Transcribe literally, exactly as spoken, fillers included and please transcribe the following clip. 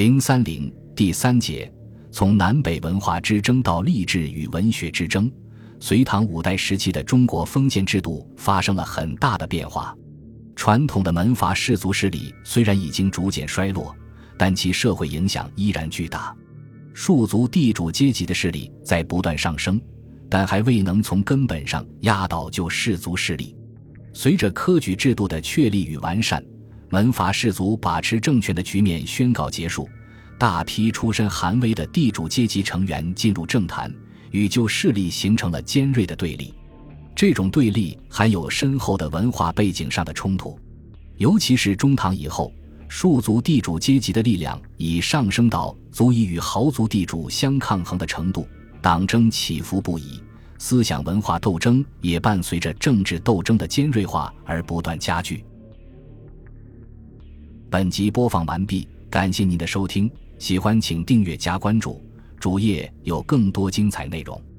零三零第三节，从南北文化之争到吏治与文学之争，隋唐五代时期的中国封建制度发生了很大的变化。传统的门阀士族势力虽然已经逐渐衰落，但其社会影响依然巨大。庶族地主阶级的势力在不断上升，但还未能从根本上压倒旧士族势力。随着科举制度的确立与完善，门阀士族把持政权的局面宣告结束，大批出身寒微的地主阶级成员进入政坛，与旧势力形成了尖锐的对立。这种对立含有深厚的文化背景上的冲突，尤其是中唐以后，庶族地主阶级的力量已上升到足以与豪族地主相抗衡的程度，党争起伏不已，思想文化斗争也伴随着政治斗争的尖锐化而不断加剧。本集播放完毕，感谢您的收听，喜欢请订阅加关注，主页有更多精彩内容。